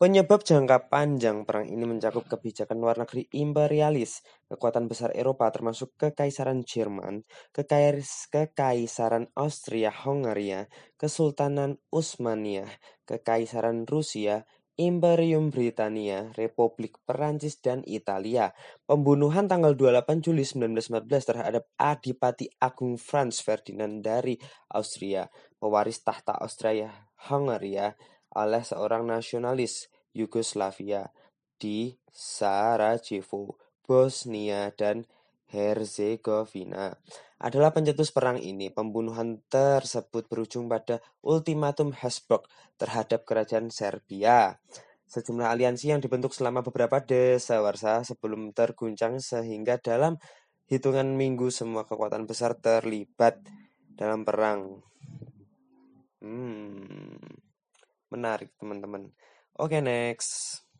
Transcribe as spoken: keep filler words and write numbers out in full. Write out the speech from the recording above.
Penyebab jangka panjang perang ini mencakup kebijakan luar negeri imperialis, kekuatan besar Eropa termasuk Kekaisaran Jerman, Kekais Kekaisaran Austria-Hongaria, Kesultanan Utsmaniyah, Kekaisaran Rusia, Imperium Britania, Republik Perancis dan Italia. Pembunuhan tanggal dua puluh delapan Juli seribu sembilan ratus empat belas terhadap Adipati Agung Franz Ferdinand dari Austria, pewaris tahta Austria-Hongaria, oleh seorang nasionalis Yugoslavia di Sarajevo, Bosnia dan Herzegovina. Adalah pencetus perang ini. Pembunuhan tersebut berujung pada ultimatum Habsburg terhadap kerajaan Serbia. Sejumlah aliansi yang dibentuk selama beberapa dasawarsa sebelum terguncang sehingga dalam hitungan minggu semua kekuatan besar terlibat dalam perang. Hmm, menarik teman-teman. Oke, next.